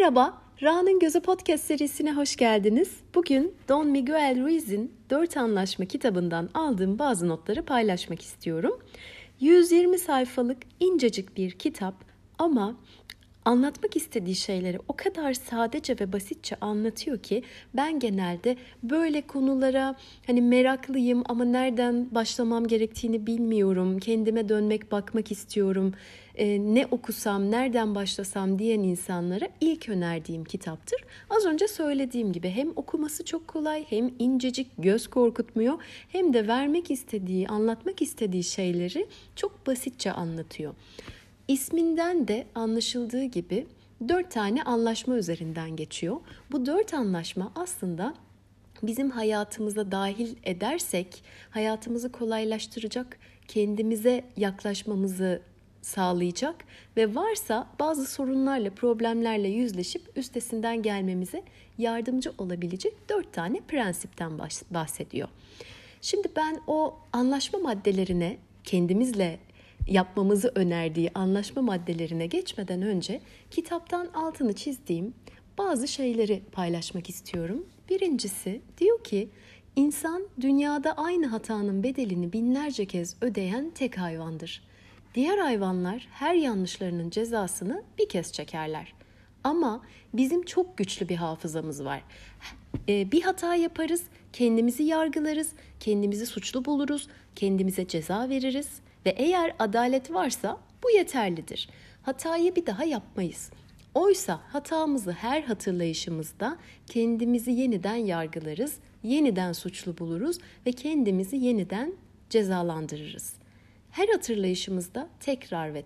Merhaba, Ra'nın Gözü Podcast serisine hoş geldiniz. Bugün Don Miguel Ruiz'in 4 Anlaşma kitabından aldığım bazı notları paylaşmak istiyorum. 120 sayfalık incecik bir kitap ama anlatmak istediği şeyleri o kadar sadece ve basitçe anlatıyor ki ben genelde böyle konulara meraklıyım ama nereden başlamam gerektiğini bilmiyorum. Kendime dönmek, bakmak istiyorum. Ne okusam, nereden başlasam diyen insanlara ilk önerdiğim kitaptır. Az önce söylediğim gibi hem okuması çok kolay, hem incecik, göz korkutmuyor, hem de vermek istediği, anlatmak istediği şeyleri çok basitçe anlatıyor. İsminden de anlaşıldığı gibi 4 tane anlaşma üzerinden geçiyor. Bu 4 anlaşma aslında bizim hayatımıza dahil edersek hayatımızı kolaylaştıracak, kendimize yaklaşmamızı sağlayacak ve varsa bazı sorunlarla, problemlerle yüzleşip üstesinden gelmemize yardımcı olabilecek 4 tane prensipten bahsediyor. Şimdi ben o anlaşma maddelerine, kendimizle yapmamızı önerdiği anlaşma maddelerine geçmeden önce kitaptan altını çizdiğim bazı şeyleri paylaşmak istiyorum. Birincisi diyor ki, insan dünyada aynı hatanın bedelini binlerce kez ödeyen tek hayvandır. Diğer hayvanlar her yanlışlarının cezasını bir kez çekerler. Ama bizim çok güçlü bir hafızamız var. Bir hata yaparız, kendimizi yargılarız, kendimizi suçlu buluruz, kendimize ceza veririz ve eğer adalet varsa bu yeterlidir. Hatayı bir daha yapmayız. Oysa hatamızı her hatırlayışımızda kendimizi yeniden yargılarız, yeniden suçlu buluruz ve kendimizi yeniden cezalandırırız. Her hatırlayışımızda tekrar ve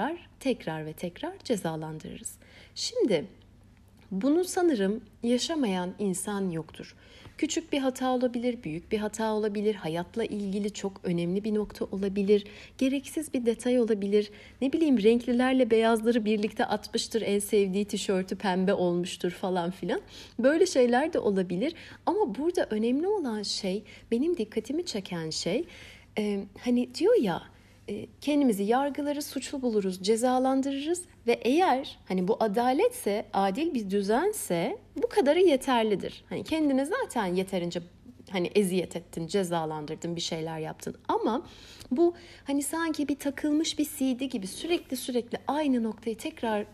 tekrar cezalandırırız. Şimdi bunu sanırım yaşamayan insan yoktur. Küçük bir hata olabilir, büyük bir hata olabilir, hayatla ilgili çok önemli bir nokta olabilir, gereksiz bir detay olabilir, renklilerle beyazları birlikte atmıştır, en sevdiği tişörtü pembe olmuştur falan filan. Böyle şeyler de olabilir ama burada önemli olan şey, benim dikkatimi çeken şey, diyor ya, kendimizi yargılarız, suçlu buluruz, cezalandırırız ve eğer bu adaletse, adil bir düzense bu kadarı yeterlidir. Kendine zaten yeterince eziyet ettin, cezalandırdın, bir şeyler yaptın ama bu sanki bir takılmış bir CD gibi sürekli aynı noktayı tekrar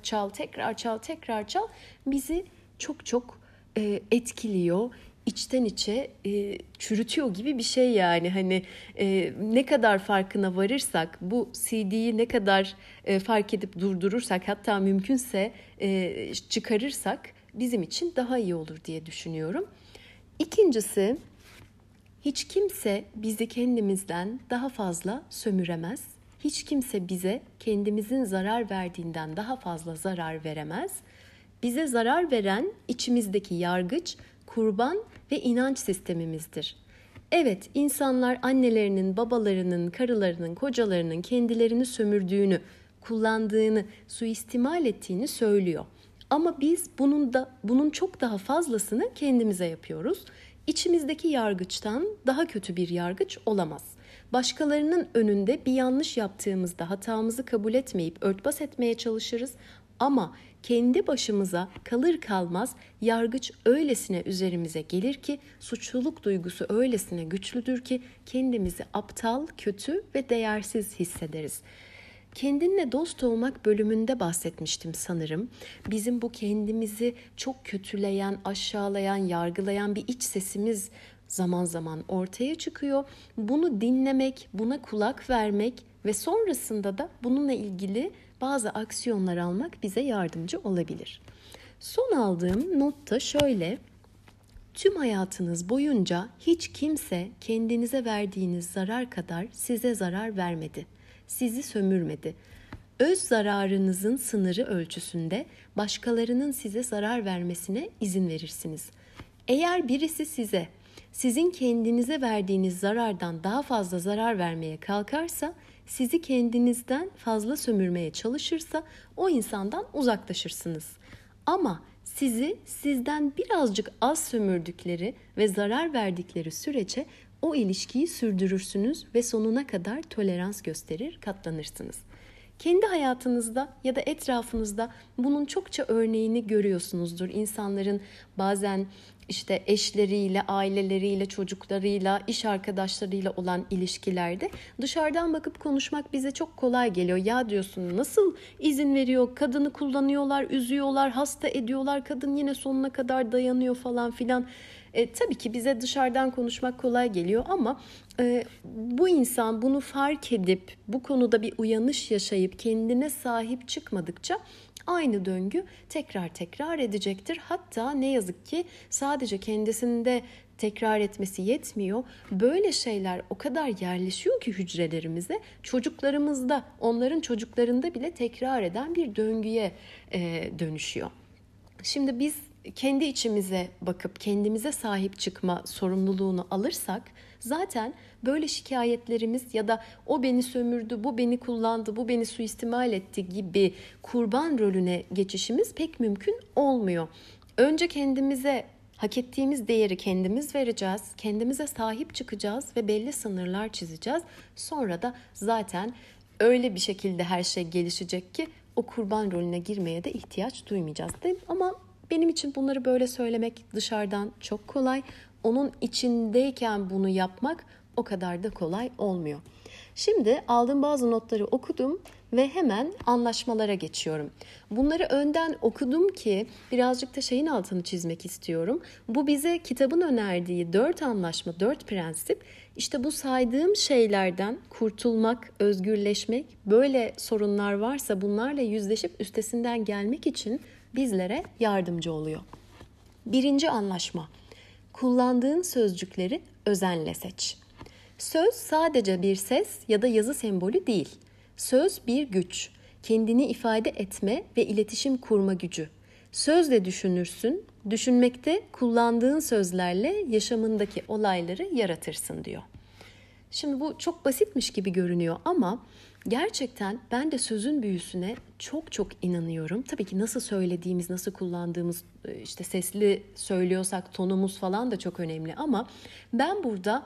çal bizi çok etkiliyor. İçten içe çürütüyor gibi bir şey yani. Ne kadar farkına varırsak, bu CD'yi ne kadar fark edip durdurursak, hatta mümkünse çıkarırsak bizim için daha iyi olur diye düşünüyorum. İkincisi, hiç kimse bizi kendimizden daha fazla sömüremez. Hiç kimse bize kendimizin zarar verdiğinden daha fazla zarar veremez. Bize zarar veren içimizdeki yargıç, kurban ve inanç sistemimizdir. Evet, insanlar annelerinin, babalarının, karılarının, kocalarının kendilerini sömürdüğünü, kullandığını, suistimal ettiğini söylüyor. Ama biz bunun çok daha fazlasını kendimize yapıyoruz. İçimizdeki yargıçtan daha kötü bir yargıç olamaz. Başkalarının önünde bir yanlış yaptığımızda hatamızı kabul etmeyip örtbas etmeye çalışırız. Ama kendi başımıza kalır kalmaz yargıç öylesine üzerimize gelir ki, suçluluk duygusu öylesine güçlüdür ki kendimizi aptal, kötü ve değersiz hissederiz. Kendinle dost olmak bölümünde bahsetmiştim sanırım. Bizim bu kendimizi çok kötüleyen, aşağılayan, yargılayan bir iç sesimiz zaman zaman ortaya çıkıyor. Bunu dinlemek, buna kulak vermek ve sonrasında da bununla ilgili bazı aksiyonlar almak bize yardımcı olabilir. Son aldığım not da şöyle: tüm hayatınız boyunca hiç kimse kendinize verdiğiniz zarar kadar size zarar vermedi. Sizi sömürmedi. Öz zararınızın sınırı ölçüsünde başkalarının size zarar vermesine izin verirsiniz. Eğer birisi size, sizin kendinize verdiğiniz zarardan daha fazla zarar vermeye kalkarsa, sizi kendinizden fazla sömürmeye çalışırsa o insandan uzaklaşırsınız. Ama sizi sizden birazcık az sömürdükleri ve zarar verdikleri sürece o ilişkiyi sürdürürsünüz ve sonuna kadar tolerans gösterir, katlanırsınız. Kendi hayatınızda ya da etrafınızda bunun çokça örneğini görüyorsunuzdur. İnsanların bazen işte eşleriyle, aileleriyle, çocuklarıyla, iş arkadaşlarıyla olan ilişkilerde dışarıdan bakıp konuşmak bize çok kolay geliyor. Ya diyorsun, nasıl izin veriyor, kadını kullanıyorlar, üzüyorlar, hasta ediyorlar, kadın yine sonuna kadar dayanıyor falan filan. Tabii ki bize dışarıdan konuşmak kolay geliyor ama bu insan bunu fark edip bu konuda bir uyanış yaşayıp kendine sahip çıkmadıkça aynı döngü tekrar edecektir. Hatta ne yazık ki sadece kendisinde tekrar etmesi yetmiyor. Böyle şeyler o kadar yerleşiyor ki hücrelerimize, çocuklarımızda, onların çocuklarında bile tekrar eden bir döngüye dönüşüyor. Şimdi biz kendi içimize bakıp kendimize sahip çıkma sorumluluğunu alırsak zaten böyle şikayetlerimiz ya da o beni sömürdü, bu beni kullandı, bu beni suistimal etti gibi kurban rolüne geçişimiz pek mümkün olmuyor. Önce kendimize hak ettiğimiz değeri kendimiz vereceğiz, kendimize sahip çıkacağız ve belli sınırlar çizeceğiz. Sonra da zaten öyle bir şekilde her şey gelişecek ki o kurban rolüne girmeye de ihtiyaç duymayacağız. Ama benim için bunları böyle söylemek dışarıdan çok kolay. Onun içindeyken bunu yapmak o kadar da kolay olmuyor. Şimdi aldığım bazı notları okudum ve hemen anlaşmalara geçiyorum. Bunları önden okudum ki birazcık da şeyin altını çizmek istiyorum. Bu bize kitabın önerdiği 4 anlaşma, 4 prensip. İşte bu saydığım şeylerden kurtulmak, özgürleşmek, böyle sorunlar varsa bunlarla yüzleşip üstesinden gelmek için bizlere yardımcı oluyor. 1. anlaşma. Kullandığın sözcükleri özenle seç. Söz sadece bir ses ya da yazı sembolü değil. Söz bir güç, kendini ifade etme ve iletişim kurma gücü. Sözle düşünürsün, düşünmekte kullandığın sözlerle yaşamındaki olayları yaratırsın diyor. Şimdi bu çok basitmiş gibi görünüyor ama gerçekten ben de sözün büyüsüne çok inanıyorum. Tabii ki nasıl söylediğimiz, nasıl kullandığımız, işte sesli söylüyorsak tonumuz falan da çok önemli ama ben burada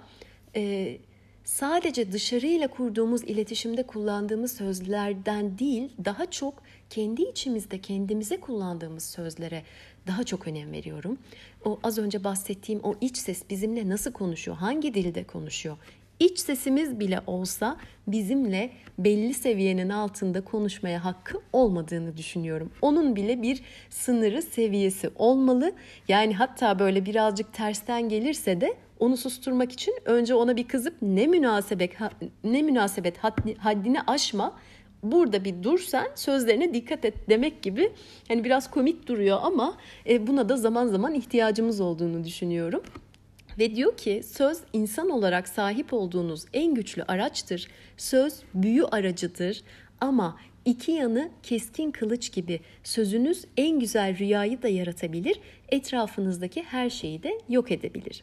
sadece dışarıyla kurduğumuz iletişimde kullandığımız sözlerden değil, daha çok kendi içimizde kendimize kullandığımız sözlere daha çok önem veriyorum. O az önce bahsettiğim o iç ses bizimle nasıl konuşuyor, hangi dilde konuşuyor? İç sesimiz bile olsa bizimle belli seviyenin altında konuşmaya hakkı olmadığını düşünüyorum. Onun bile bir sınırı, seviyesi olmalı. Yani hatta böyle birazcık tersten gelirse de onu susturmak için önce ona bir kızıp ne münasebet haddini aşma. Burada bir dur, sen sözlerine dikkat et demek gibi. Yani biraz komik duruyor ama buna da zaman zaman ihtiyacımız olduğunu düşünüyorum. Ve diyor ki söz insan olarak sahip olduğunuz en güçlü araçtır. Söz büyü aracıdır ama iki yanı keskin kılıç gibi. Sözünüz en güzel rüyayı da yaratabilir, etrafınızdaki her şeyi de yok edebilir.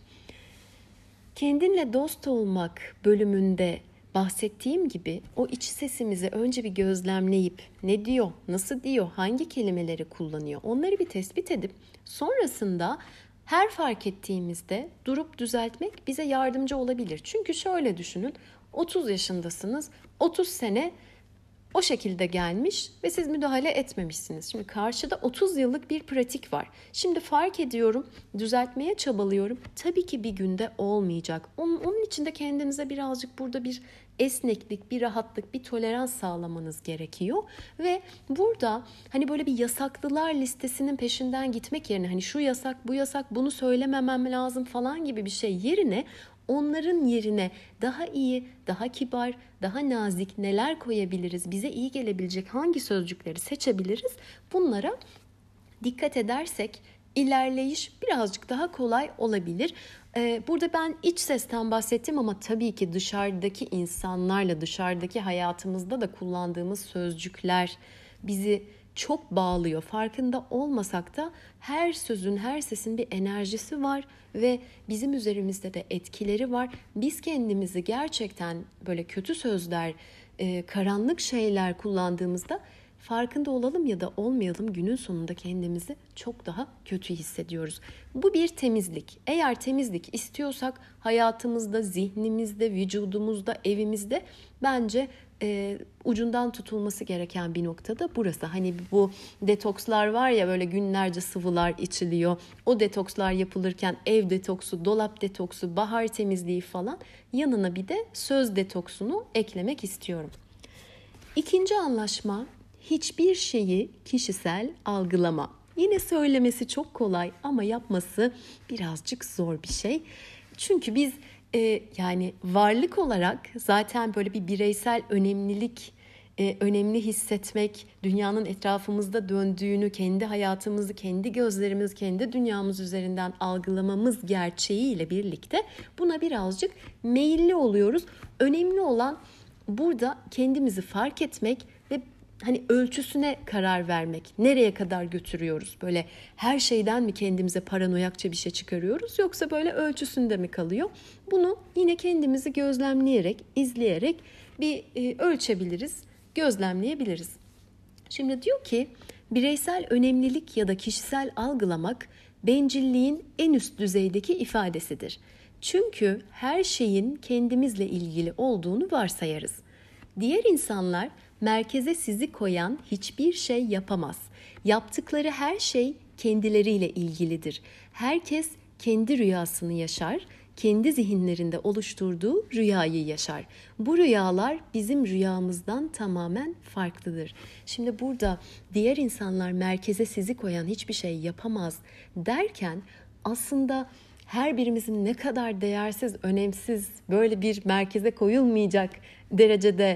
Kendinle dost olmak bölümünde bahsettiğim gibi o iç sesimizi önce bir gözlemleyip ne diyor, nasıl diyor, hangi kelimeleri kullanıyor onları bir tespit edip sonrasında her fark ettiğimizde durup düzeltmek bize yardımcı olabilir. Çünkü şöyle düşünün, 30 yaşındasınız, 30 sene o şekilde gelmiş ve siz müdahale etmemişsiniz. Şimdi karşıda 30 yıllık bir pratik var. Şimdi fark ediyorum, düzeltmeye çabalıyorum. Tabii ki bir günde olmayacak. Onun için de kendinize birazcık burada bir esneklik, bir rahatlık, bir tolerans sağlamanız gerekiyor. Ve burada hani böyle bir yasaklılar listesinin peşinden gitmek yerine hani şu yasak, bu yasak, bunu söylememem lazım falan gibi bir şey yerine onların yerine daha iyi, daha kibar, daha nazik neler koyabiliriz? Bize iyi gelebilecek hangi sözcükleri seçebiliriz? Bunlara dikkat edersek ilerleyiş birazcık daha kolay olabilir. Burada ben iç sesten bahsettim ama tabii ki dışarıdaki insanlarla, dışarıdaki hayatımızda da kullandığımız sözcükler bizi çok bağlıyor. Farkında olmasak da her sözün, her sesin bir enerjisi var ve bizim üzerimizde de etkileri var. Biz kendimizi gerçekten böyle kötü sözler, karanlık şeyler kullandığımızda farkında olalım ya da olmayalım günün sonunda kendimizi çok daha kötü hissediyoruz. Bu bir temizlik. Eğer temizlik istiyorsak hayatımızda, zihnimizde, vücudumuzda, evimizde bence ucundan tutulması gereken bir noktada burası. Hani bu detokslar var ya, böyle günlerce sıvılar içiliyor. O detokslar yapılırken ev detoksu, dolap detoksu, bahar temizliği falan, yanına bir de söz detoksunu eklemek istiyorum. İkinci anlaşma, hiçbir şeyi kişisel algılama. Yine söylemesi çok kolay ama yapması birazcık zor bir şey. Çünkü biz yani varlık olarak zaten böyle bir bireysel önemlilik, önemli hissetmek, dünyanın etrafımızda döndüğünü, kendi hayatımızı, kendi gözlerimiz, kendi dünyamız üzerinden algılamamız gerçeğiyle birlikte buna birazcık meyilli oluyoruz. Önemli olan burada kendimizi fark etmek ve hani ölçüsüne karar vermek. Nereye kadar götürüyoruz? Böyle her şeyden mi kendimize paranoyakça bir şey çıkarıyoruz, yoksa böyle ölçüsünde mi kalıyor? Bunu yine kendimizi gözlemleyerek, izleyerek bir ölçebiliriz, gözlemleyebiliriz. Şimdi diyor ki, bireysel önemlilik ya da kişisel algılamak bencilliğin en üst düzeydeki ifadesidir. Çünkü her şeyin kendimizle ilgili olduğunu varsayarız. Diğer insanlar merkeze sizi koyan hiçbir şey yapamaz. Yaptıkları her şey kendileriyle ilgilidir. Herkes kendi rüyasını yaşar, kendi zihinlerinde oluşturduğu rüyayı yaşar. Bu rüyalar bizim rüyamızdan tamamen farklıdır. Şimdi burada diğer insanlar merkeze sizi koyan hiçbir şey yapamaz derken aslında her birimizin ne kadar değersiz, önemsiz, böyle bir merkeze koyulmayacak derecede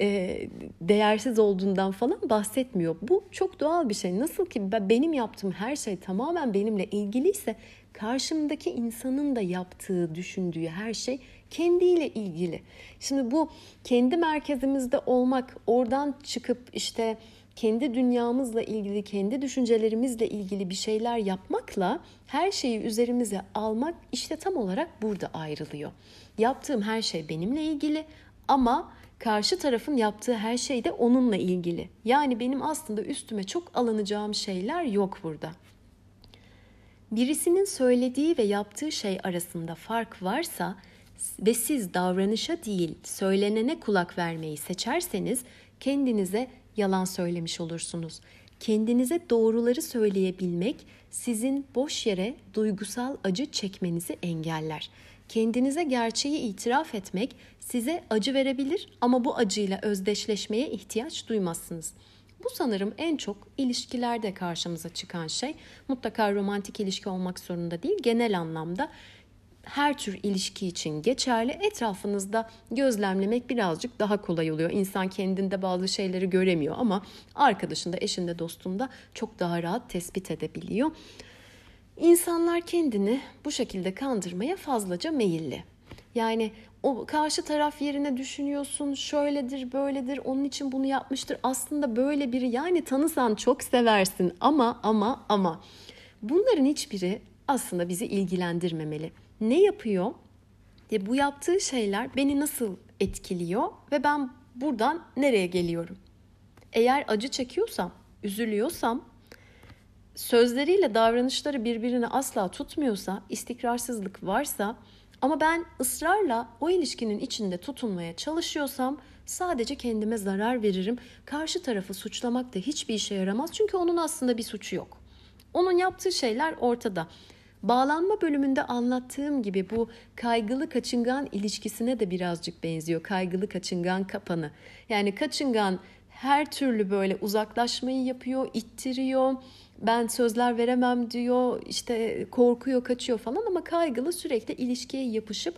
değersiz olduğundan falan bahsetmiyor. Bu çok doğal bir şey. Nasıl ki benim yaptığım her şey tamamen benimle ilgiliyse, karşımdaki insanın da yaptığı, düşündüğü her şey kendiyle ilgili. Şimdi bu kendi merkezimizde olmak, oradan çıkıp işte kendi dünyamızla ilgili, kendi düşüncelerimizle ilgili bir şeyler yapmakla her şeyi üzerimize almak işte tam olarak burada ayrılıyor. Yaptığım her şey benimle ilgili ama karşı tarafın yaptığı her şey de onunla ilgili. Yani benim aslında üstüme çok alınacağım şeyler yok burada. Birisinin söylediği ve yaptığı şey arasında fark varsa ve siz davranışa değil, söylenene kulak vermeyi seçerseniz kendinize yalan söylemiş olursunuz. Kendinize doğruları söyleyebilmek sizin boş yere duygusal acı çekmenizi engeller. Kendinize gerçeği itiraf etmek size acı verebilir ama bu acıyla özdeşleşmeye ihtiyaç duymazsınız. Bu sanırım en çok ilişkilerde karşımıza çıkan şey. Mutlaka romantik ilişki olmak zorunda değil, genel anlamda her tür ilişki için geçerli. Etrafınızda gözlemlemek birazcık daha kolay oluyor. İnsan kendinde bazı şeyleri göremiyor ama arkadaşında, eşinde, dostunda çok daha rahat tespit edebiliyor. İnsanlar kendini bu şekilde kandırmaya fazlaca meyilli. Yani o karşı taraf yerine düşünüyorsun, şöyledir, böyledir, onun için bunu yapmıştır. Aslında böyle biri, yani tanısan çok seversin ama bunların hiçbiri aslında bizi ilgilendirmemeli. Ne yapıyor? Bu yaptığı şeyler beni nasıl etkiliyor ve ben buradan nereye geliyorum? Eğer acı çekiyorsam, üzülüyorsam, sözleriyle davranışları birbirini asla tutmuyorsa, istikrarsızlık varsa ama ben ısrarla o ilişkinin içinde tutunmaya çalışıyorsam sadece kendime zarar veririm. Karşı tarafı suçlamak da hiçbir işe yaramaz çünkü onun aslında bir suçu yok. Onun yaptığı şeyler ortada. Bağlanma bölümünde anlattığım gibi bu kaygılı kaçıngan ilişkisine de birazcık benziyor. Kaygılı kaçıngan kapanı. Yani kaçıngan her türlü böyle uzaklaşmayı yapıyor, ittiriyor. Ben sözler veremem diyor, işte korkuyor, kaçıyor falan ama kaygılı sürekli ilişkiye yapışıp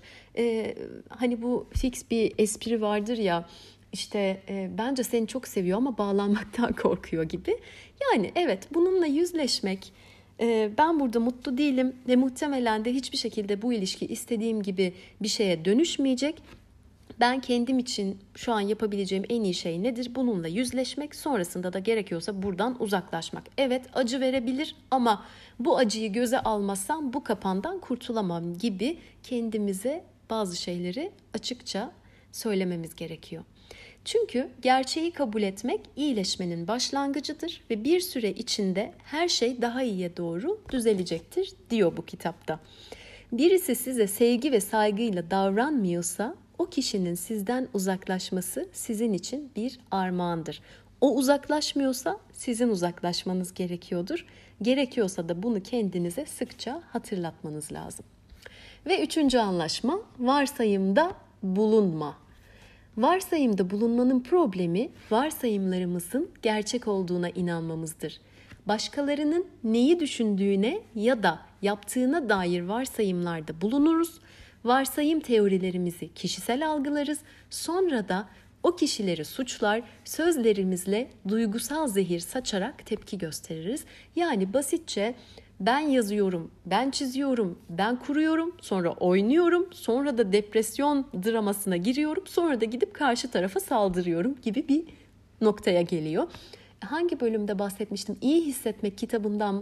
hani bu fix bir espri vardır ya, işte bence seni çok seviyor ama bağlanmaktan korkuyor gibi. Yani evet, bununla yüzleşmek, ben burada mutlu değilim ve muhtemelen de hiçbir şekilde bu ilişki istediğim gibi bir şeye dönüşmeyecek. Ben kendim için şu an yapabileceğim en iyi şey nedir? Bununla yüzleşmek, sonrasında da gerekiyorsa buradan uzaklaşmak. Evet, acı verebilir ama bu acıyı göze almazsam bu kapandan kurtulamam gibi kendimize bazı şeyleri açıkça söylememiz gerekiyor. Çünkü gerçeği kabul etmek iyileşmenin başlangıcıdır ve bir süre içinde her şey daha iyiye doğru düzelecektir diyor bu kitapta. Birisi size sevgi ve saygıyla davranmıyorsa o kişinin sizden uzaklaşması sizin için bir armağandır. O uzaklaşmıyorsa sizin uzaklaşmanız gerekiyordur. Gerekiyorsa da bunu kendinize sıkça hatırlatmanız lazım. Ve üçüncü anlaşma, varsayımda bulunma. Varsayımda bulunmanın problemi varsayımlarımızın gerçek olduğuna inanmamızdır. Başkalarının neyi düşündüğüne ya da yaptığına dair varsayımlarda bulunuruz. Varsayım teorilerimizi kişisel algılarız. Sonra da o kişileri suçlar, sözlerimizle duygusal zehir saçarak tepki gösteririz. Yani basitçe ben yazıyorum, ben çiziyorum, ben kuruyorum, sonra oynuyorum, sonra da depresyon dramasına giriyorum, sonra da gidip karşı tarafa saldırıyorum gibi bir noktaya geliyor. Hangi bölümde bahsetmiştim? İyi Hissetmek kitabından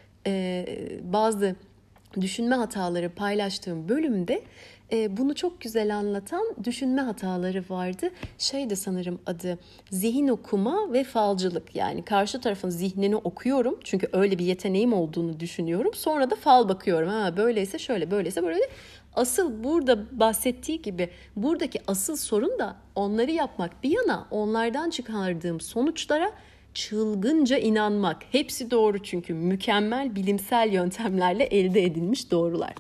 bazı düşünme hataları paylaştığım bölümde bunu çok güzel anlatan düşünme hataları vardı. Şeydi sanırım adı, zihin okuma ve falcılık. Yani karşı tarafın zihnini okuyorum. Çünkü öyle bir yeteneğim olduğunu düşünüyorum. Sonra da fal bakıyorum. Ha, böyleyse şöyle, böyleyse böyle. Asıl burada bahsettiği gibi buradaki asıl sorun da onları yapmak bir yana onlardan çıkardığım sonuçlara çılgınca inanmak. Hepsi doğru çünkü mükemmel bilimsel yöntemlerle elde edilmiş doğrular.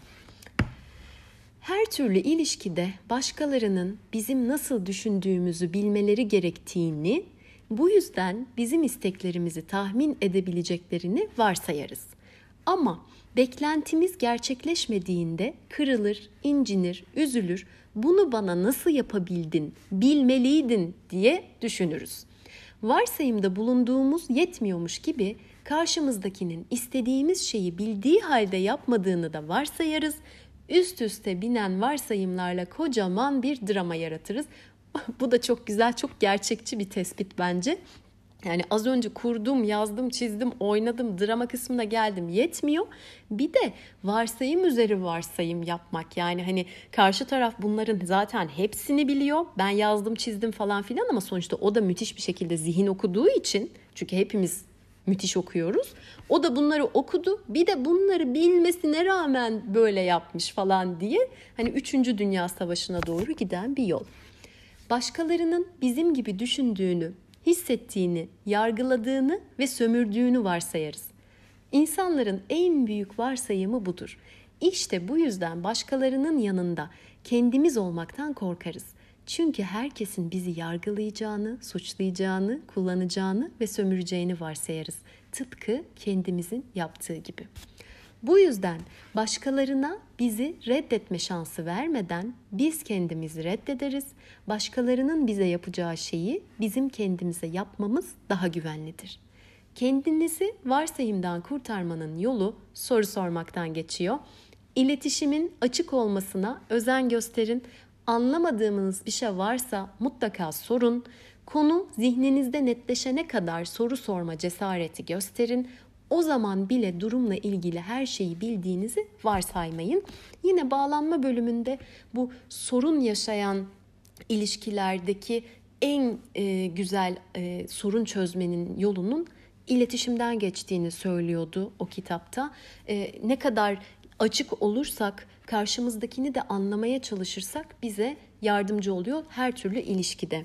Her türlü ilişkide başkalarının bizim nasıl düşündüğümüzü bilmeleri gerektiğini, bu yüzden bizim isteklerimizi tahmin edebileceklerini varsayarız. Ama beklentimiz gerçekleşmediğinde kırılır, incinir, üzülür, bunu bana nasıl yapabildin, bilmeliydin diye düşünürüz. Varsayımda bulunduğumuz yetmiyormuş gibi karşımızdakinin istediğimiz şeyi bildiği halde yapmadığını da varsayarız. Üst üste binen varsayımlarla kocaman bir drama yaratırız. Bu da çok güzel, çok gerçekçi bir tespit bence. Yani az önce kurdum, yazdım, çizdim, oynadım, drama kısmına geldim yetmiyor. Bir de varsayım üzeri varsayım yapmak. Yani hani karşı taraf bunların zaten hepsini biliyor. Ben yazdım, çizdim falan filan ama sonuçta o da müthiş bir şekilde zihin okuduğu için, çünkü hepimiz müthiş okuyoruz. O da bunları okudu. Bir de bunları bilmesine rağmen böyle yapmış falan diye hani 3. Dünya Savaşı'na doğru giden bir yol. Başkalarının bizim gibi düşündüğünü, hissettiğini, yargıladığını ve sömürdüğünü varsayarız. İnsanların en büyük varsayımı budur. İşte bu yüzden başkalarının yanında kendimiz olmaktan korkarız. Çünkü herkesin bizi yargılayacağını, suçlayacağını, kullanacağını ve sömüreceğini varsayarız. Tıpkı kendimizin yaptığı gibi. Bu yüzden başkalarına bizi reddetme şansı vermeden biz kendimizi reddederiz. Başkalarının bize yapacağı şeyi bizim kendimize yapmamız daha güvenlidir. Kendinizi varsayımdan kurtarmanın yolu soru sormaktan geçiyor. İletişimin açık olmasına özen gösterin. Anlamadığınız bir şey varsa mutlaka sorun. Konu zihninizde netleşene kadar soru sorma cesareti gösterin. O zaman bile durumla ilgili her şeyi bildiğinizi varsaymayın. Yine bağlanma bölümünde bu sorun yaşayan ilişkilerdeki en güzel sorun çözmenin yolunun iletişimden geçtiğini söylüyordu o kitapta. Ne kadar açık olursak, karşımızdakini de anlamaya çalışırsak bize yardımcı oluyor her türlü ilişkide.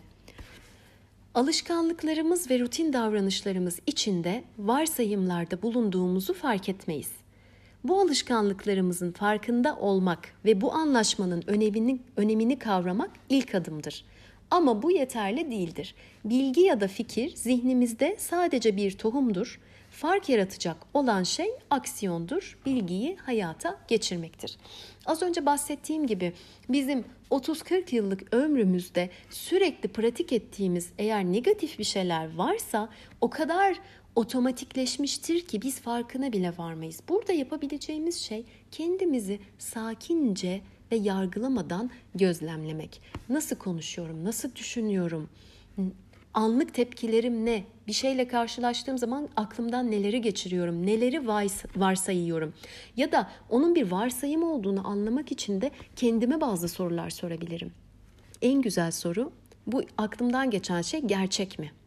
Alışkanlıklarımız ve rutin davranışlarımız içinde varsayımlarda bulunduğumuzu fark etmeyiz. Bu alışkanlıklarımızın farkında olmak ve bu anlaşmanın önemini kavramak ilk adımdır. Ama bu yeterli değildir. Bilgi ya da fikir zihnimizde sadece bir tohumdur. Fark yaratacak olan şey aksiyondur, bilgiyi hayata geçirmektir. Az önce bahsettiğim gibi bizim 30-40 yıllık ömrümüzde sürekli pratik ettiğimiz eğer negatif bir şeyler varsa o kadar otomatikleşmiştir ki biz farkına bile varmayız. Burada yapabileceğimiz şey kendimizi sakince ve yargılamadan gözlemlemek. Nasıl konuşuyorum, nasıl düşünüyorum, anlık tepkilerim ne? Bir şeyle karşılaştığım zaman aklımdan neleri geçiriyorum, neleri varsayıyorum? Ya da onun bir varsayım olduğunu anlamak için de kendime bazı sorular sorabilirim. En güzel soru, bu aklımdan geçen şey gerçek mi?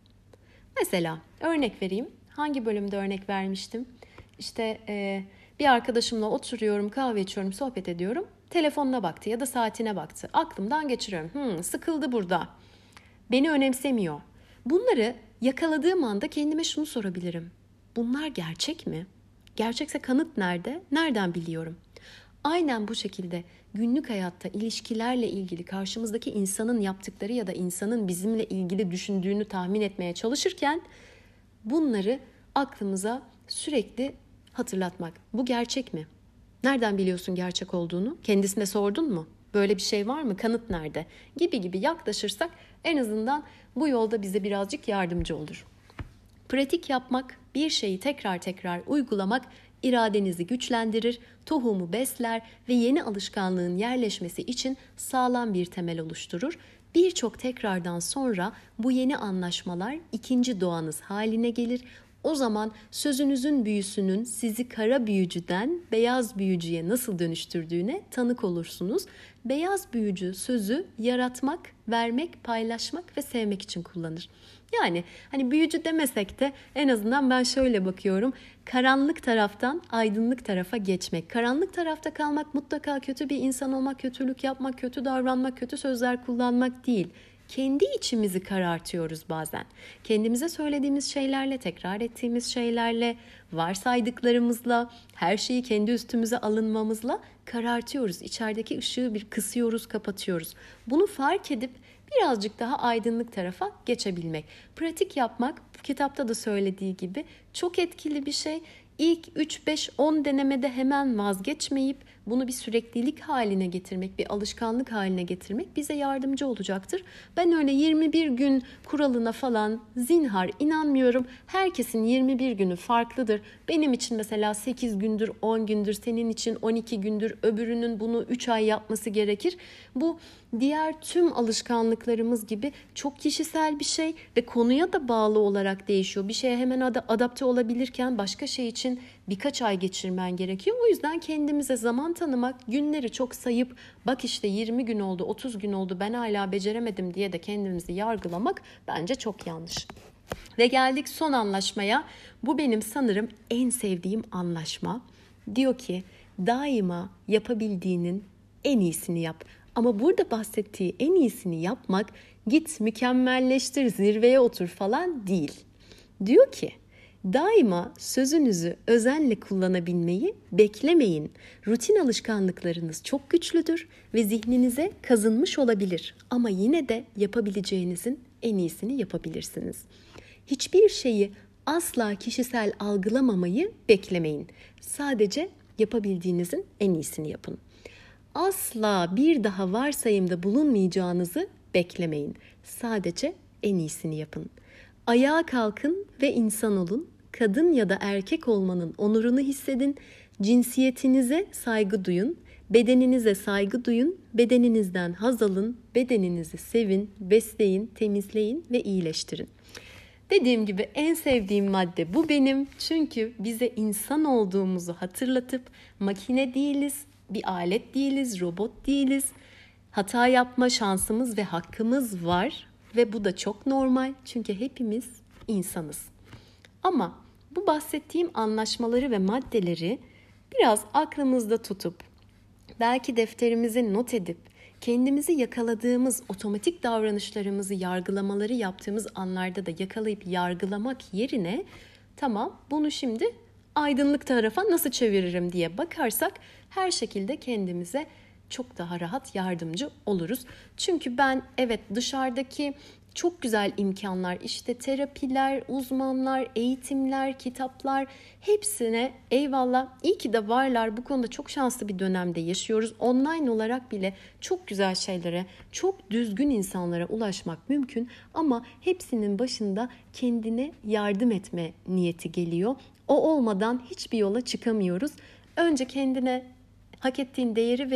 Mesela örnek vereyim. Hangi bölümde örnek vermiştim? İşte bir arkadaşımla oturuyorum, kahve içiyorum, sohbet ediyorum. Telefonuna baktı ya da saatine baktı. Aklımdan geçiriyorum. Sıkıldı burada. Beni önemsemiyor. Bunları yakaladığım anda kendime şunu sorabilirim. Bunlar gerçek mi? Gerçekse kanıt nerede? Nereden biliyorum? Aynen bu şekilde günlük hayatta ilişkilerle ilgili karşımızdaki insanın yaptıkları ya da insanın bizimle ilgili düşündüğünü tahmin etmeye çalışırken bunları aklımıza sürekli hatırlatmak. Bu gerçek mi? Nereden biliyorsun gerçek olduğunu? Kendisine sordun mu? Böyle bir şey var mı? Kanıt nerede? Gibi yaklaşırsak en azından bu yolda bize birazcık yardımcı olur. Pratik yapmak, bir şeyi tekrar uygulamak iradenizi güçlendirir, tohumu besler ve yeni alışkanlığın yerleşmesi için sağlam bir temel oluşturur. Birçok tekrardan sonra bu yeni anlaşmalar ikinci doğanız haline gelir. O zaman sözünüzün büyüsünün sizi kara büyücüden beyaz büyücüye nasıl dönüştürdüğüne tanık olursunuz. Beyaz büyücü sözü yaratmak, vermek, paylaşmak ve sevmek için kullanır. Yani hani büyücü demesek de en azından ben şöyle bakıyorum. Karanlık taraftan aydınlık tarafa geçmek. Karanlık tarafta kalmak mutlaka kötü bir insan olmak, kötülük yapmak, kötü davranmak, kötü sözler kullanmak değil. Kendi içimizi karartıyoruz bazen. Kendimize söylediğimiz şeylerle, tekrar ettiğimiz şeylerle, varsaydıklarımızla, her şeyi kendi üstümüze alınmamızla karartıyoruz. İçerideki ışığı bir kısıyoruz, kapatıyoruz. Bunu fark edip birazcık daha aydınlık tarafa geçebilmek. Pratik yapmak, bu kitapta da söylediği gibi çok etkili bir şey. İlk 3, 5, 10 denemede hemen vazgeçmeyip bunu bir süreklilik haline getirmek, bir alışkanlık haline getirmek bize yardımcı olacaktır. Ben öyle 21 gün kuralına falan zinhar inanmıyorum. Herkesin 21 günü farklıdır. Benim için mesela 8 gündür, 10 gündür, senin için 12 gündür, öbürünün bunu 3 ay yapması gerekir. Bu diğer tüm alışkanlıklarımız gibi çok kişisel bir şey ve konuya da bağlı olarak değişiyor. Bir şeye hemen adapte olabilirken başka şey için birkaç ay geçirmen gerekiyor. O yüzden kendimize zaman tanımak, günleri çok sayıp bak işte 20 gün oldu, 30 gün oldu ben hala beceremedim diye de kendimizi yargılamak bence çok yanlış. Ve geldik son anlaşmaya. Bu benim sanırım en sevdiğim anlaşma. Diyor ki daima yapabildiğinin en iyisini yap. Ama burada bahsettiği en iyisini yapmak git mükemmelleştir, zirveye otur falan değil. Diyor ki daima sözünüzü özenle kullanabilmeyi beklemeyin. Rutin alışkanlıklarınız çok güçlüdür ve zihninize kazınmış olabilir. Ama yine de yapabileceğinizin en iyisini yapabilirsiniz. Hiçbir şeyi asla kişisel algılamamayı beklemeyin. Sadece yapabildiğinizin en iyisini yapın. Asla bir daha varsayımda bulunmayacağınızı beklemeyin. Sadece en iyisini yapın. Ayağa kalkın ve insan olun. Kadın ya da erkek olmanın onurunu hissedin. Cinsiyetinize saygı duyun. Bedeninize saygı duyun. Bedeninizden haz alın. Bedeninizi sevin, besleyin, temizleyin ve iyileştirin. Dediğim gibi en sevdiğim madde bu benim. Çünkü bize insan olduğumuzu hatırlatıp makine değiliz, bir alet değiliz, robot değiliz. Hata yapma şansımız ve hakkımız var ve bu da çok normal çünkü hepimiz insanız. Ama bu bahsettiğim anlaşmaları ve maddeleri biraz aklımızda tutup belki defterimize not edip kendimizi yakaladığımız otomatik davranışlarımızı, yargılamaları yaptığımız anlarda da yakalayıp yargılamak yerine tamam bunu şimdi aydınlık tarafa nasıl çeviririm diye bakarsak her şekilde kendimize çok daha rahat yardımcı oluruz. Çünkü ben evet dışarıdaki çok güzel imkanlar, işte terapiler, uzmanlar, eğitimler, kitaplar hepsine eyvallah. İyi ki de varlar. Bu konuda çok şanslı bir dönemde yaşıyoruz. Online olarak bile çok güzel şeylere, çok düzgün insanlara ulaşmak mümkün. Ama hepsinin başında kendine yardım etme niyeti geliyor. O olmadan hiçbir yola çıkamıyoruz. Önce kendine hak ettiğin değeri verip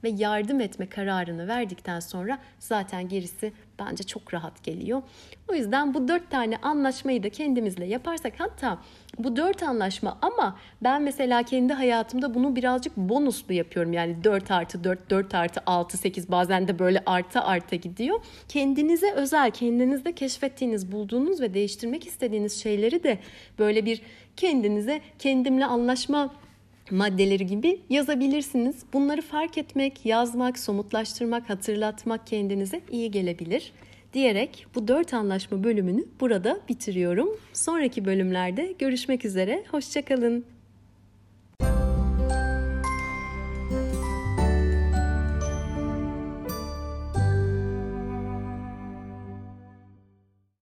ve yardım etme kararını verdikten sonra zaten gerisi bence çok rahat geliyor. O yüzden bu 4 tane anlaşmayı da kendimizle yaparsak, hatta bu 4 anlaşma, ama ben mesela kendi hayatımda bunu birazcık bonuslu yapıyorum. Yani 4 artı 4, 4 artı 6, 8, bazen de böyle arta gidiyor. Kendinize özel, kendinizde keşfettiğiniz, bulduğunuz ve değiştirmek istediğiniz şeyleri de böyle bir kendinize kendimle anlaşma maddeleri gibi yazabilirsiniz. Bunları fark etmek, yazmak, somutlaştırmak, hatırlatmak kendinize iyi gelebilir diyerek bu 4 anlaşma bölümünü burada bitiriyorum. Sonraki bölümlerde görüşmek üzere. Hoşça kalın.